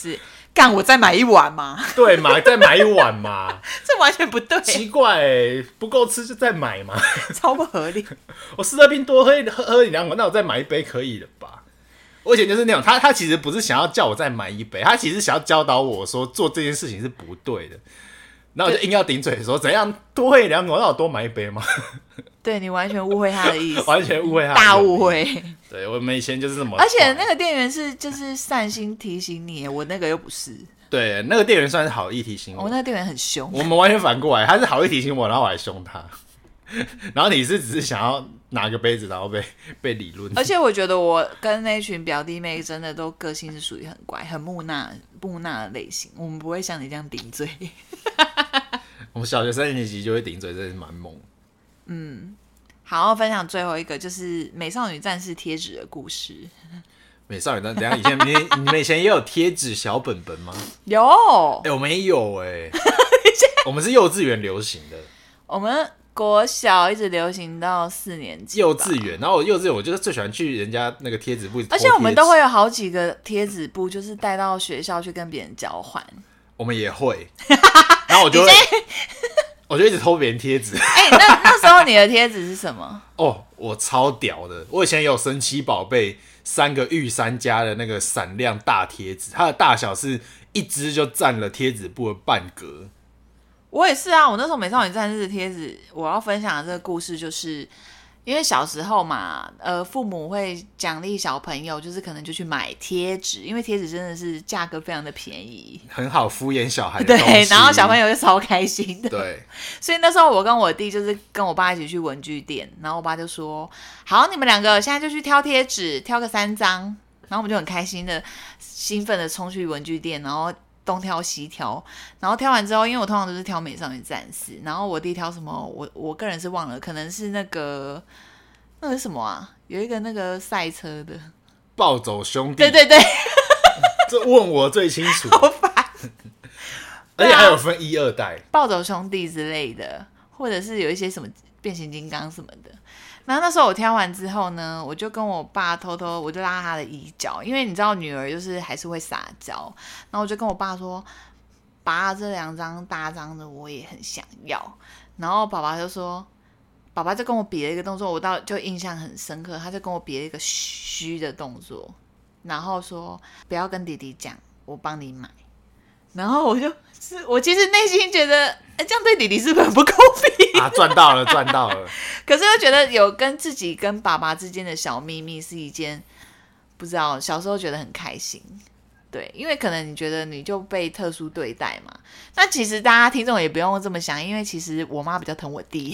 干我再买一碗嘛？ 对嘛，再买一碗嘛。 这完全不对， 奇怪、欸，不够吃就再买嘛。 超不合理。 我斯乐冰多喝喝喝两碗，那我再买一杯可以了吧？我以前就是那种，他他其实不是想要叫我再买一杯，他其实想要教导我说做这件事情是不对的。然后我就硬要顶嘴说怎样多喝两碗，让我多买一杯吗？ 对你完全误会他的意思， 完全误会他的， 大误会。 对我们以前就是这么， 而且那个店员是就是善心提醒你，我那个又不是。 对，那个店员算是好意提醒我， 我、哦、那个店员很凶。 我们完全反过来，他是好意提醒我，然后我还凶他。然后你是只是想要拿个杯子，然后被被理论。 而且我觉得我跟那群表弟妹真的都个性是属于很乖、很木讷、木讷的类型，我们不会像你这样顶嘴。 我们小学三年级就会顶嘴，真的是蛮猛。 嗯，好，分享最后一个就是美少女战士贴纸的故事。 美少女战，等一下以前你你们以前也有贴纸小本本吗？ 有， 哎、欸，我们也有哎、欸，我们是幼稚园流行的， 我们国小一直流行到四年级。 幼稚园，然后我幼稚园我就是最喜欢去人家那个贴纸布， 而且我们都会有好几个贴纸布，就是带到学校去跟别人交换。 我们也会，然后我就会，我就一直偷别人贴纸。 哎、欸，那那时候你的贴纸是什么？ 哦，我超屌的！我以前有神奇宝贝三个御三家的那个闪亮大贴纸，它的大小是一支就占了贴纸布的半格。 我也是啊，我那时候美少女战士的贴纸，我要分享的这个故事就是。因为小时候嘛，呃，父母会奖励小朋友，就是可能就去买贴纸，因为贴纸真的是价格非常的便宜， 很好敷衍小孩的东西。 对，然后小朋友就超开心的。 对， 所以那时候我跟我弟就是跟我爸一起去文具店，然后我爸就说：“好，你们两个现在就去挑贴纸，挑个三张。”然后我们就很开心的、兴奋的冲去文具店，然后东挑西挑，然后挑完之后，因为我通常都是挑美少女战士，然后我弟挑什么，我我个人是忘了，可能是那个那个是什么啊？有一个那个赛车的暴走兄弟， 对对对， 这问我最清楚， 好烦， 而且还有分一二代， 暴走兄弟之类的，或者是有一些什么变形金刚什么的。然后那时候我挑完之后呢，我就跟我爸偷偷，我就拉他的衣角，因为你知道女儿就是还是会撒娇，然后我就跟我爸说：“爸，这两张大张的我也很想要。”然后爸爸就说：“爸爸就跟我比了一个动作，我到就印象很深刻，他就跟我比了一个嘘的动作，然后说不要跟弟弟讲，我帮你买。”然后我就是我其实内心觉得，哎，这样对弟弟是不是很不公平啊？赚到了，赚到了。 可是又觉得有跟自己跟爸爸之间的小秘密是一件不知道，小时候觉得很开心。对，因为可能你觉得你就被特殊对待嘛。那其实大家听众也不用这么想，因为其实我妈比较疼我弟。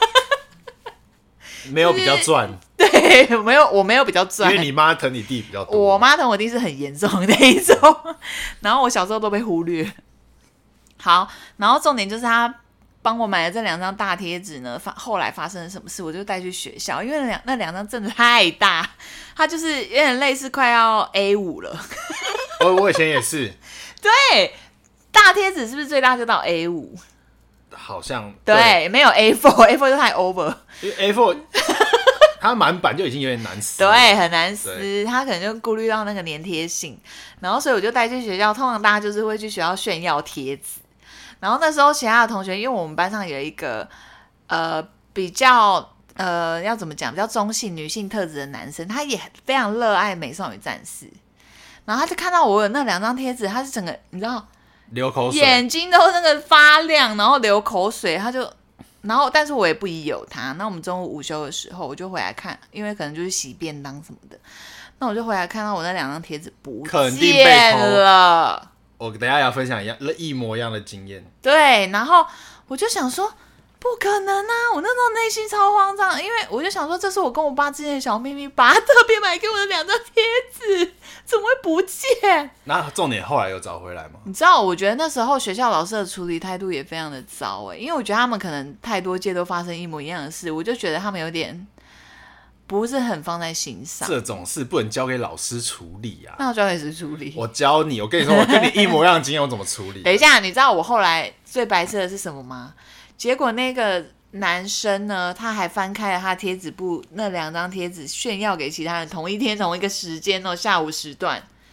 没有比较赚， 对，没有，我没有比较赚， 因为你妈疼你弟比较多。 我妈疼我弟是很严重的那一种，然后我小时候都被忽略。好，然后重点就是他帮我买了这两张大贴纸呢，发后来发生了什么事，我就带去学校，因为那两那两张真的太大，它就是有点类似快要 A 五 了。 我我以前也是， 对，大贴纸是不是最大就到 A 五？ 好像对, 对，没有 A 四 A 四 就太 over， 因为 A 四 它满版就已经有点难撕， 对，很难撕，他可能就顾虑到那个粘贴性，然后所以我就带去学校，通常大家就是会去学校炫耀贴纸，然后那时候其他的同学，因为我们班上有一个呃比较呃要怎么讲，比较中性女性特质的男生，他也非常热爱美少女战士，然后他就看到我有那两张贴纸，他是整个你知道。 流口水， 眼睛都那个发亮，然后流口水，他就，然后但是我也不疑有他。那我们中午午休的时候，我就回来看，因为可能就是洗便当什么的，那我就回来看到我那两张贴纸不见了。 我等一下要分享一样一模一样的经验。 对，然后我就想说。不可能啊！我那时候内心超慌张，因为我就想说，这是我跟我爸之间的小秘密，爸特别买给我的两张贴纸，怎么会不见？ 那重点后来有找回来吗？ 你知道，我觉得那时候学校老师的处理态度也非常的糟哎、欸，因为我觉得他们可能太多届都发生一模一样的事，我就觉得他们有点不是很放在心上。 这种事不能交给老师处理啊！ 那我交给谁处理？ 我教你，我跟你说，我跟你一模一样的经验，我怎么处理？ 等一下，你知道我后来最白痴的是什么吗？结果那个男生呢，他还翻开了他贴纸簿那两张贴纸，炫耀给其他人。同一天同一个时间哦，下午时段，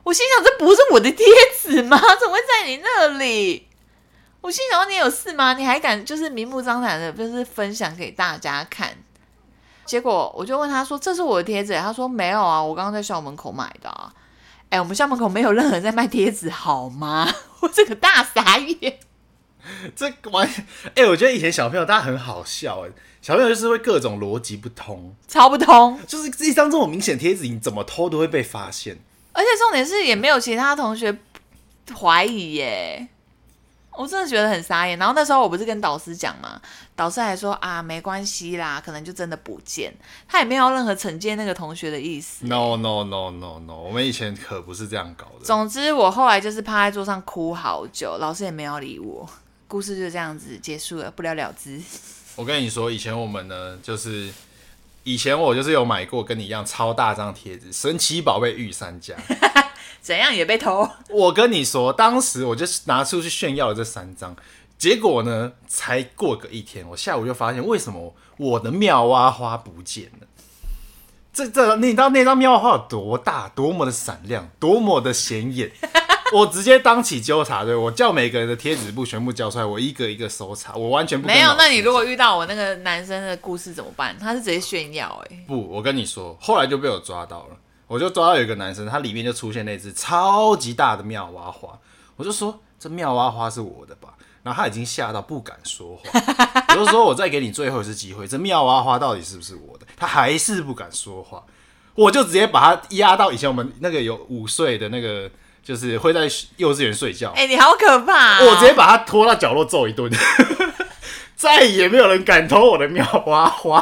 我心想，这不是我的贴纸吗？怎么会在你那里？我心想，你有事吗？你还敢就是明目张胆的，就是分享给大家看？结果我就问他说：“这是我的贴纸。”他说：“没有啊，我刚刚在校门口买的啊。”哎，我们校门口没有任何人在卖贴纸，好吗？我这个大傻眼。 这完，哎、欸，我觉得以前小朋友大家很好笑，哎，小朋友就是会各种逻辑不通， 超不通， 就是一张这种明显贴纸，你怎么偷都会被发现。 而且重点是也没有其他同学怀疑耶，我真的觉得很傻眼。然后那时候我不是跟导师讲嘛，导师还说啊没关系啦，可能就真的不见，他也没有任何惩戒那个同学的意思。 No no no no no， 我们以前可不是这样搞的。 总之我后来就是趴在桌上哭好久，老师也没有理我。故事就这样子结束了，不了了之。 我跟你说，以前我们呢，就是以前我就是有买过跟你一样超大张贴纸，神奇宝贝御三家， 怎样也被偷。 我跟你说，当时我就拿出去炫耀了这三张，结果呢，才过个一天，我下午就发现为什么我的妙蛙花不见了。这这，你知道那张妙蛙花有多大，多么的闪亮，多么的显眼。我直接当起纠察队，我叫每个人的贴纸簿全部交出来，我一个一个搜查，我完全不跟没有。 老师那你如果遇到我那个男生的故事怎么办？他是直接炫耀哎、欸。 不，我跟你说，后来就被我抓到了，我就抓到有一个男生，他里面就出现那只超级大的妙蛙花，我就说这妙蛙花是我的吧，然后他已经吓到不敢说话，我就说我再给你最后一次机会，这妙蛙花到底是不是我的？他还是不敢说话，我就直接把他压到以前我们那个有五岁的那个。就是会在幼稚园睡觉， 哎、欸，你好可怕、啊！ 我直接把他拖到角落揍一顿，再也没有人敢偷我的妙蛙花。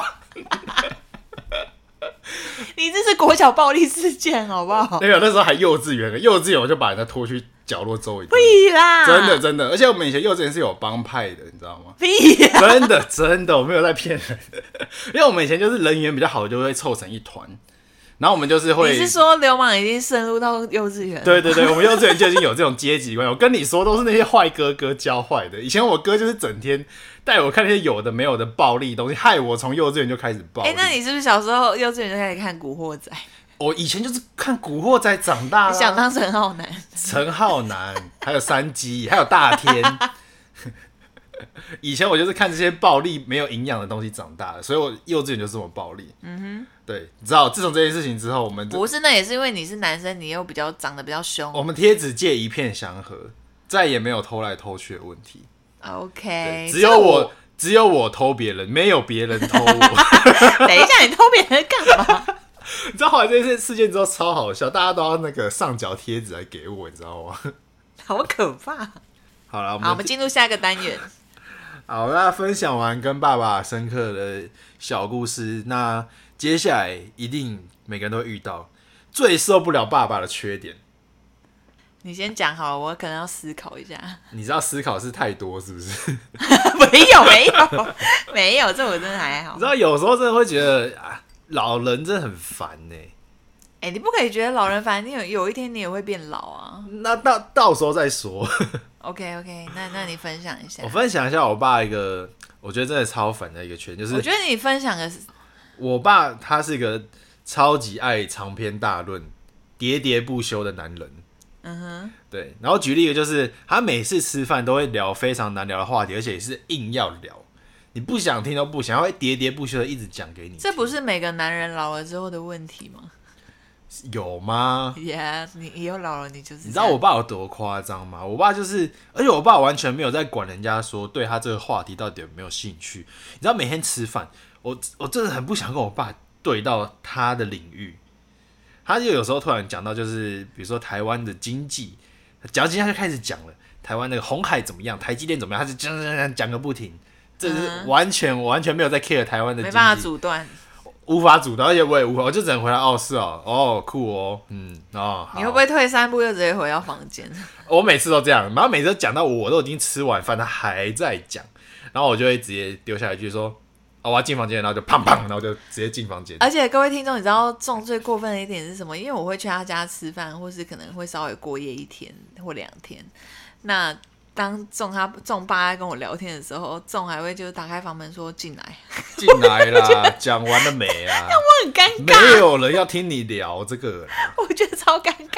你这是国小暴力事件，好不好？ 没有，那时候还幼稚园，幼稚园我就把人家拖去角落揍一顿。 屁啦！ 真的真的，而且我们以前幼稚园是有帮派的，你知道吗？ 屁啦！ 真的真的，我没有在骗人，因为我们以前就是人缘比较好，就会凑成一团。然后我们就是会， 你是说流氓已经渗入到幼稚园？ 对对对，我们幼稚园就已经有这种阶级观。我跟你说，都是那些坏哥哥教坏的。以前我哥就是整天带我看那些有的没有的暴力东西，害我从幼稚园就开始暴力。 哎、欸，那你是不是小时候幼稚园就开始看《古惑仔》？ 我以前就是看《古惑仔》长大的、啊， 想当陈浩南、 陈浩南，还有三鸡，还有大天。以前我就是看这些暴力没有营养的东西长大的，所以我幼稚园就这么暴力。嗯哼，对，你知道，自从这件事情之后，我们不是，那也是因为你是男生，你又比较长得比较凶。 我们贴纸界一片祥和，再也没有偷来偷去的问题。 OK， 只有我，我只有我偷别人，没有别人偷我。 等一下，你偷别人干嘛？ 你知道后来这件事件之后超好笑，大家都要那个上缴贴纸来给我，你知道吗？ 好可怕。 好了， 好，我们进入下一个单元。 好，那分享完跟爸爸深刻的小故事，那接下来一定每个人都会遇到最受不了爸爸的缺点。 你先讲好了，我可能要思考一下。 你知道思考是太多是不是？ 没有没有没有，这我真的还好。 你知道有时候真的会觉得啊，老人真的很烦呢、欸。 哎、欸，你不可以觉得老人烦，你有有一天你也会变老啊。 那到到时候再说。 OK OK， 那那你分享一下。 我分享一下我爸一个，我觉得真的超烦的一个缺点，就是我觉得你分享的是我爸，他是一个超级爱长篇大论、喋喋不休的男人。嗯哼，对。然后举例一个，就是他每次吃饭都会聊非常难聊的话题，而且是硬要聊，你不想听都不想，他会喋喋不休的一直讲给你听。 这不是每个男人老了之后的问题吗？ 有吗 ？Yeah， 你以后老了你就是。 你知道我爸有多夸张吗？我爸就是，而且我爸完全没有在管人家说对他这个话题到底有没有兴趣。你知道每天吃饭，我我真的很不想跟我爸对到他的领域。他就有时候突然讲到，就是比如说台湾的经济，讲今天他就开始讲了台湾那个鸿海怎么样，台积电怎么样，他就讲讲讲讲个不停。这是完全、嗯、完全没有在 care 台湾的经济， 没办法阻断。 无法阻断，而且我也无法，我就只能回答哦，是哦，哦，酷哦，嗯，哦， 你会不会退三步就直接回到房间？ 我每次都这样，然后每次都讲到我都已经吃完饭，他还在讲，然后我就会直接丢下一句说，哦，我要进房间，然后就砰砰，然后就直接进房间。 而且各位听众，你知道仲最过分的一点是什么？因为我会去他家吃饭，或是可能会稍微过夜一天或两天，那。当仲他仲爸在跟我聊天的时候，仲还会就是打开房门说进来， 进来啦，讲完了没啊？ 但我很尴尬， 没有人要听你聊这个啦， 我觉得超尴尬。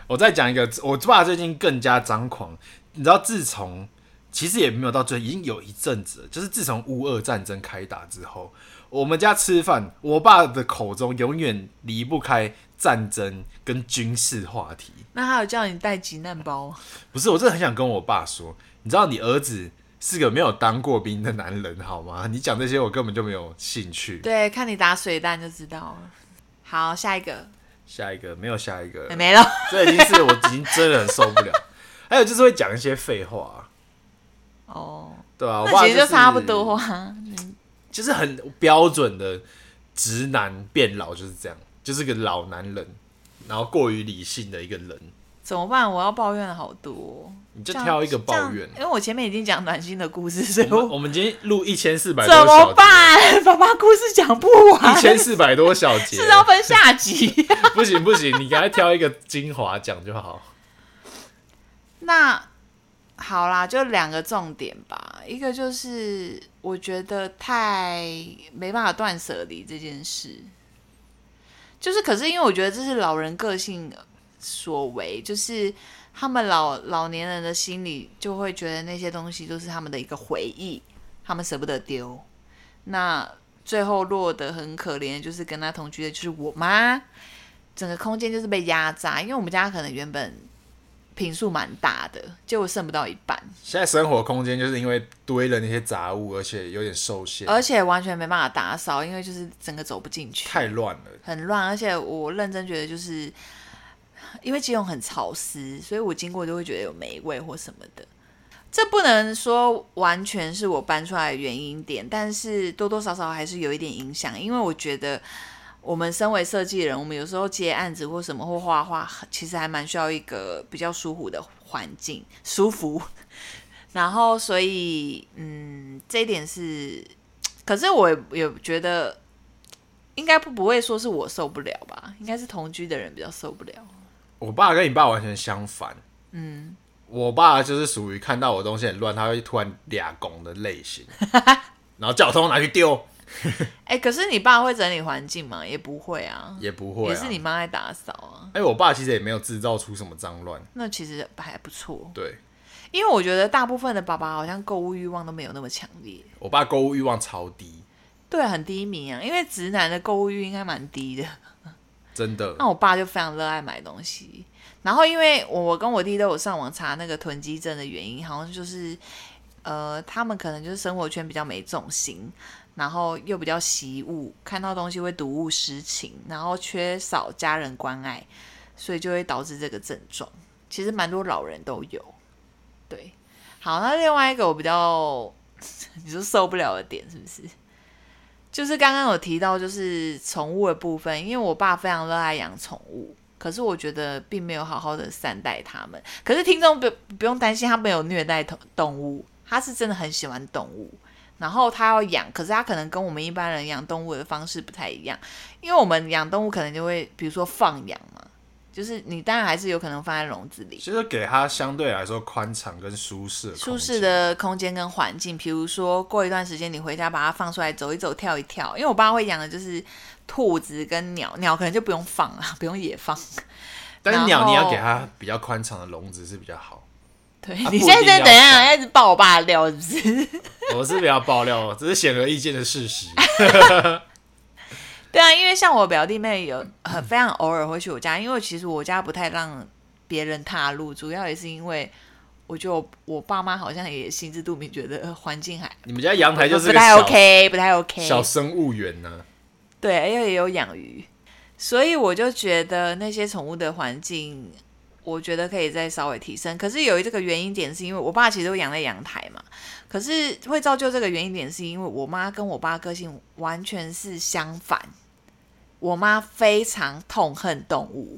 我再讲一个，我爸最近更加张狂。你知道，自从其实也没有到最，已经有一阵子了，就是自从乌俄战争开打之后，我们家吃饭，我爸的口中永远离不开战争跟军事话题。 那他有叫你带急难包吗？ 不是，我真的很想跟我爸说，你知道你儿子是个没有当过兵的男人，好吗？你讲这些我根本就没有兴趣。 对，看你打水弹就知道了。好，下一个。 下一个没有下一个， 没了。 这已经是我已经真的很受不了。还有就是会讲一些废话、啊， 哦， 对啊，我那其实就差不是多啊， 就是很标准的直男变老就是这样，就是个老男人，然后过于理性的一个人。 怎么办？我要抱怨好多， 你就挑一个抱怨， 因为我前面已经讲暖心的故事，所以我们我们今天录一千四百， 怎么办？爸爸故事讲不完， 一千四百多小节， 是要分下集。 不行不行，你赶快挑一个精华讲就好。 那好啦，就两个重点吧。一个就是我觉得太没办法断舍离这件事，就是可是因为我觉得这是老人个性所为，就是他们老老年人的心里就会觉得那些东西都是他们的一个回忆，他们舍不得丢。那最后落得很可怜，就是跟他同居的就是我妈，整个空间就是被压榨，因为我们家可能原本坪数蛮大的，结果剩不到一半。 现在生活空间就是因为堆了那些杂物，而且有点受限， 而且完全没办法打扫，因为就是整个走不进去， 太乱了， 很乱。而且我认真觉得，就是因为基隆很潮湿，所以我经过都会觉得有霉味或什么的。这不能说完全是我搬出来的原因点，但是多多少少还是有一点影响，因为我觉得我们身为设计人，我们有时候接案子或什么或画画，其实还蛮需要一个比较舒服的环境，舒服。然后所以嗯，这一点是，可是我也觉得应该不不会说是我受不了吧，应该是同居的人比较受不了。 我爸跟你爸完全相反，嗯，我爸就是属于看到我东西很乱，他会突然俩拱的类型，然后叫我通通拿去丢。 哎、欸，可是你爸会整理环境吗？也不会啊， 也不会、啊， 也是你妈在打扫啊。 哎、欸，我爸其实也没有制造出什么脏乱， 那其实还不错。 对， 因为我觉得大部分的爸爸好像购物欲望都没有那么强烈。 我爸购物欲望超低， 对，很低迷啊。因为直男的购物欲应该蛮低的， 真的。 那我爸就非常热爱买东西，然后因为我跟我弟都有上网查那个囤积症的原因，好像就是呃，他们可能就是生活圈比较没重心。然后又比较习物，看到东西会睹物思情，然后缺少家人关爱，所以就会导致这个症状。其实蛮多老人都有。对，好，那另外一个我比较你说受不了的点是不是？就是刚刚有提到就是宠物的部分，因为我爸非常热爱养宠物，可是我觉得并没有好好的善待他们。可是听众不不用担心，他没有虐待动物，他是真的很喜欢动物。然后他要养，可是他可能跟我们一般人养动物的方式不太一样，因为我们养动物可能就会比如说放养嘛，就是你当然还是有可能放在笼子里， 就是给它相对来说宽敞跟舒适的舒适的空间跟环境。比如说过一段时间你回家把它放出来走一走跳一跳，因为我爸会养的就是兔子跟鸟，鸟可能就不用放啊，不用野放， 但是鸟你要给它比较宽敞的笼子是比较好。 对、啊、你现在在等一下一直爆我爸的料是不是？ 我是比较爆料，这是显而易见的事实。 对啊，因为像我表弟妹有很非常偶尔会去我家，因为其实我家不太让别人踏入，主要也是因为我觉得 我, 我爸妈好像也心知肚明，觉得环境还你们家阳台就是不太 OK， 不太 OK， 小生物园呢、啊。 对，因为也有养鱼，所以我就觉得那些宠物的环境。我觉得可以再稍微提升，可是有这个原因点是因为我爸其实都养在阳台嘛，可是会造就这个原因点是因为我妈跟我爸个性完全是相反，我妈非常痛恨动物，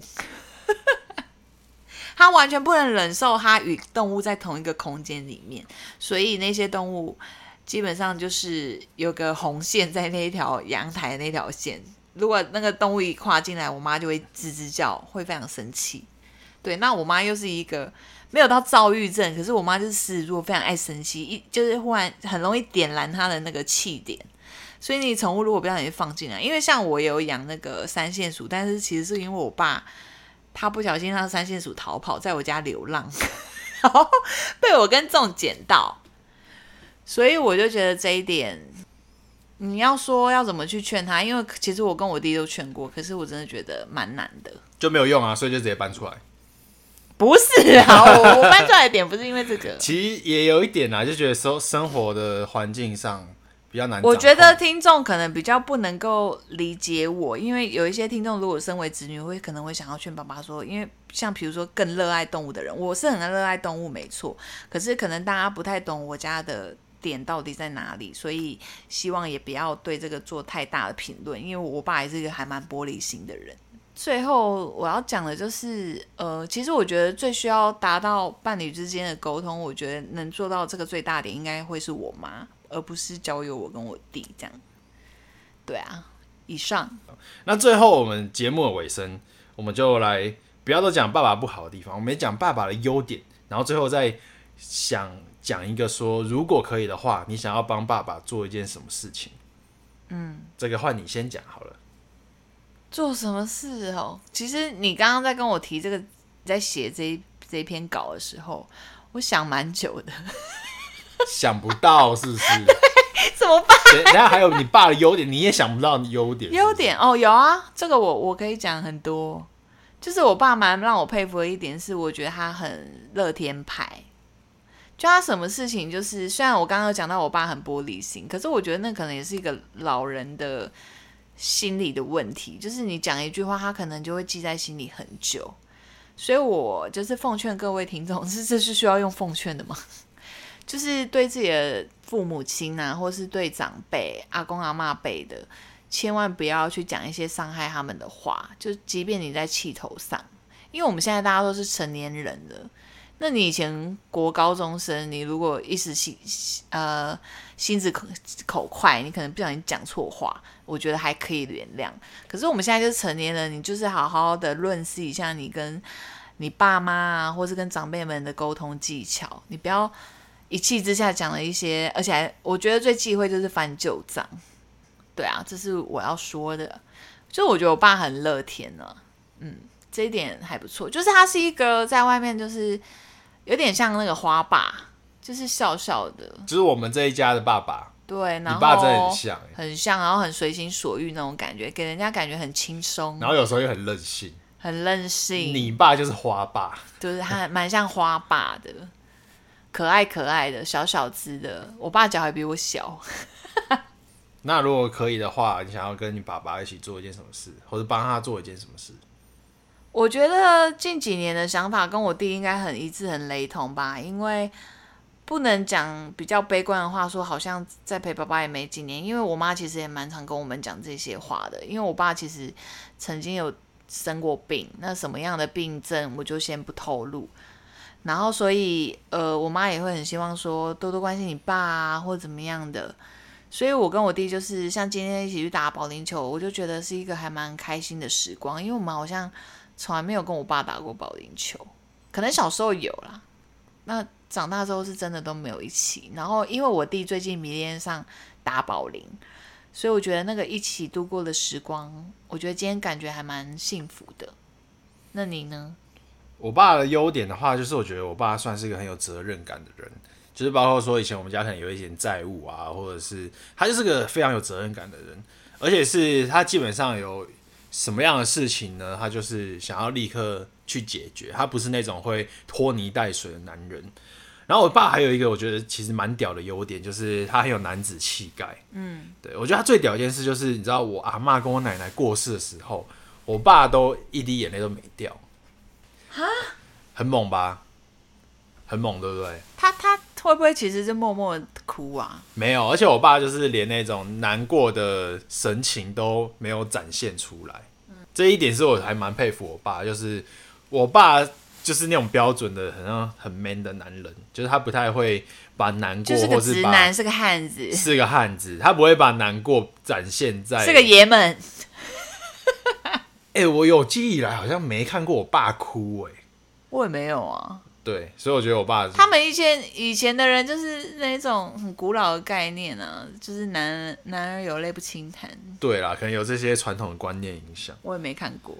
她完全不能忍受她与动物在同一个空间里面，所以那些动物基本上就是有个红线在那一条阳台的那条线，如果那个动物一跨进来，我妈就会吱吱叫，会非常生气。对，那我妈又是一个没有到躁郁症，可是我妈就是狮子座，非常爱生气，一就是忽然很容易点燃她的那个气点。所以你宠物如果不让你放进来，因为像我有养那个三线鼠，但是其实是因为我爸他不小心让三线鼠逃跑，在我家流浪，然后被我跟仲捡到，所以我就觉得这一点，你要说要怎么去劝他，因为其实我跟我弟都劝过，可是我真的觉得蛮难的， 就没有用啊，所以就直接搬出来。 不是啊，我我搬出来的点不是因为这个， 其实也有一点啊，就觉得生生活的环境上比较难掌控。 我觉得听众可能比较不能够理解我，因为有一些听众如果身为子女，会可能会想要劝爸爸说，因为像比如说更热爱动物的人，我是很热爱动物没错，可是可能大家不太懂我家的点到底在哪里，所以希望也不要对这个做太大的评论，因为我爸也是一个还蛮玻璃心的人。最后我要讲的就是，呃，其实我觉得最需要达到伴侣之间的沟通，我觉得能做到这个最大点，应该会是我妈，而不是交由我跟我弟这样。对啊，以上。 那最后我们节目的尾声，我们就来不要都讲爸爸不好的地方，我们也讲爸爸的优点，然后最后再想讲一个说，如果可以的话，你想要帮爸爸做一件什么事情？嗯，这个换你先讲好了。 做什么事哦？其实你刚刚在跟我提这个，在写这一这一篇稿的时候，我想蛮久的。 想不到是不是？ 怎么办？ 等一下还有你爸的优点，你也想不到优点。 优点哦，有啊，这个我我可以讲很多。就是我爸蛮让我佩服的一点是，我觉得他很乐天派。就他什么事情，就是虽然我刚刚有讲到我爸很玻璃心，可是我觉得那可能也是一个老人的心理的问题，就是你讲一句话，他可能就会记在心里很久。所以我就是奉劝各位听众，是这是需要用奉劝的吗？就是对自己的父母亲啊，或是对长辈、阿公阿嬷辈的，千万不要去讲一些伤害他们的话，就即便你在气头上，因为我们现在大家都是成年人了。那你以前国高中生，你如果一时心呃心直口口快，你可能不小心讲错话，我觉得还可以原谅。可是我们现在就是成年人，你就是好好的论析一下你跟你爸妈啊，或是跟长辈们的沟通技巧，你不要一气之下讲了一些，而且还我觉得最忌讳就是翻旧账。对啊，这是我要说的。就我觉得我爸很乐天啊，嗯，这一点还不错。就是他是一个在外面就是有点像那个花爸，就是笑笑的， 就是我们这一家的爸爸。 对，然后你爸真的很像， 很像，然后很随心所欲那种感觉，给人家感觉很轻松， 然后有时候又很任性， 很任性。 你爸就是花爸， 就是他蛮像花爸的，可爱可爱的，小小只的。我爸脚还比我小。 那如果可以的话，你想要跟你爸爸一起做一件什么事，或者帮他做一件什么事？ 我觉得近几年的想法跟我弟应该很一致、很雷同吧，因为不能讲比较悲观的话，说好像在陪爸爸也没几年，因为我妈其实也蛮常跟我们讲这些话的，因为我爸其实曾经有生过病，那什么样的病症我就先不透露。然后所以呃，我妈也会很希望说多多关心你爸啊，或怎么样的。所以我跟我弟就是像今天一起去打保龄球，我就觉得是一个还蛮开心的时光，因为我们好像从来没有跟我爸打过保龄球，可能小时候有啦，那长大之后是真的都没有一起。然后因为我弟最近迷恋上打保龄，所以我觉得那个一起度过的时光，我觉得今天感觉还蛮幸福的。那你呢？ 我爸的优点的话，就是我觉得我爸算是一个很有责任感的人，就是包括说以前我们家可能有一点债务啊，或者是他就是个非常有责任感的人，而且是他基本上有什么样的事情呢，他就是想要立刻去解决，他不是那种会拖泥带水的男人。然后我爸还有一个我觉得其实蛮屌的优点，就是他很有男子气概。嗯，对，我觉得他最屌一件事就是，你知道我阿嬷跟我奶奶过世的时候，我爸都一滴眼泪都没掉。哈，很猛吧？很猛，对不对？ 他他会不会其实是默默的哭啊？ 没有，而且我爸就是连那种难过的神情都没有展现出来。嗯，这一点是我还蛮佩服我爸，就是我爸就是那种标准的，很像很 man 的男人，就是他不太会把难过， 就是个直男， 是个汉子， 是个汉子，他不会把难过展现在， 是个爷们。 哎、欸，我有记忆以来好像没看过我爸哭、欸，哎， 我也没有啊。 对，所以我觉得我爸他们以前以前的人就是那种很古老的概念啊，就是男男儿有泪不轻弹。 对啦，可能有这些传统的观念影响。 我也没看过。 对，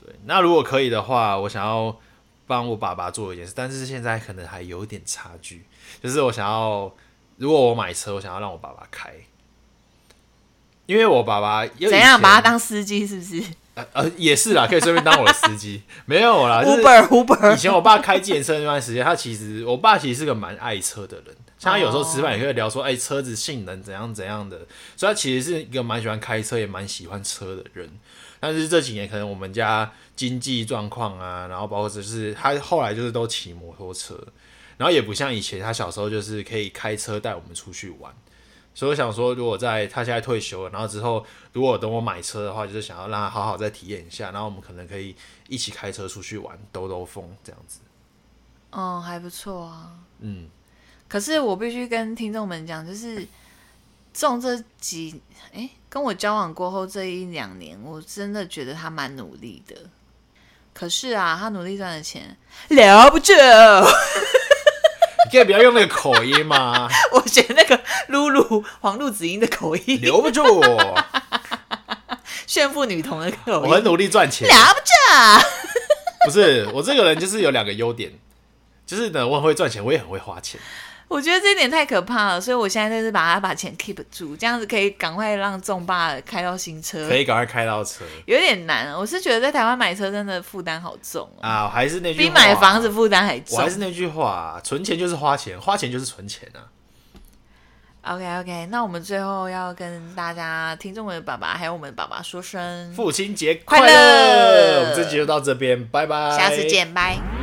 对，那如果可以的话，我想要帮我爸爸做一件事，但是现在可能还有点差距，就是我想要，如果我买车，我想要让我爸爸开，因为我爸爸怎样把他当司机是不是？ 呃呃，也是啦，可以顺便当我的司机。没有啦 ，Uber Uber。 以前我爸开计程车那段时间，他其实我爸其实是个蛮爱车的人，像他有时候吃饭也会聊说，哎、欸，车子性能怎样怎样的，所以他其实是一个蛮喜欢开车，也蛮喜欢车的人。但是这几年可能我们家经济状况啊，然后包括就是他后来就是都骑摩托车，然后也不像以前他小时候就是可以开车带我们出去玩。所以我想说，如果在他现在退休了，然后之后如果等我买车的话，就是想要让他好好再体验一下，然后我们可能可以一起开车出去玩，兜兜风这样子。 哦，还不错啊。 嗯。 可是我必须跟听众们讲，就是中这几哎、欸，跟我交往过后这一两年，我真的觉得他蛮努力的。可是啊，他努力赚的钱了不起。 你可以不要用那个口音吗？ 我学那个露露黄露子英的口音， 留不住。 炫富女童的口音， 我很努力赚钱， 了不起。 不是，我这个人就是有两个优点，就是呢，我很会赚钱，我也很会花钱。 我觉得这一点太可怕了，所以我现在就是把它把钱 keep 住，这样子可以赶快让仲爸开到新车， 可以赶快开到车。 有点难，我是觉得在台湾买车真的负担好重、喔、 啊！还是那句话， 比买房子负担还重。 我还是那句话，存钱就是花钱，花钱就是存钱啊。 OK OK， 那我们最后要跟大家听众们的爸爸还有我们的爸爸说声父亲节快乐！我们这集就到这边，拜拜， 下次见，拜。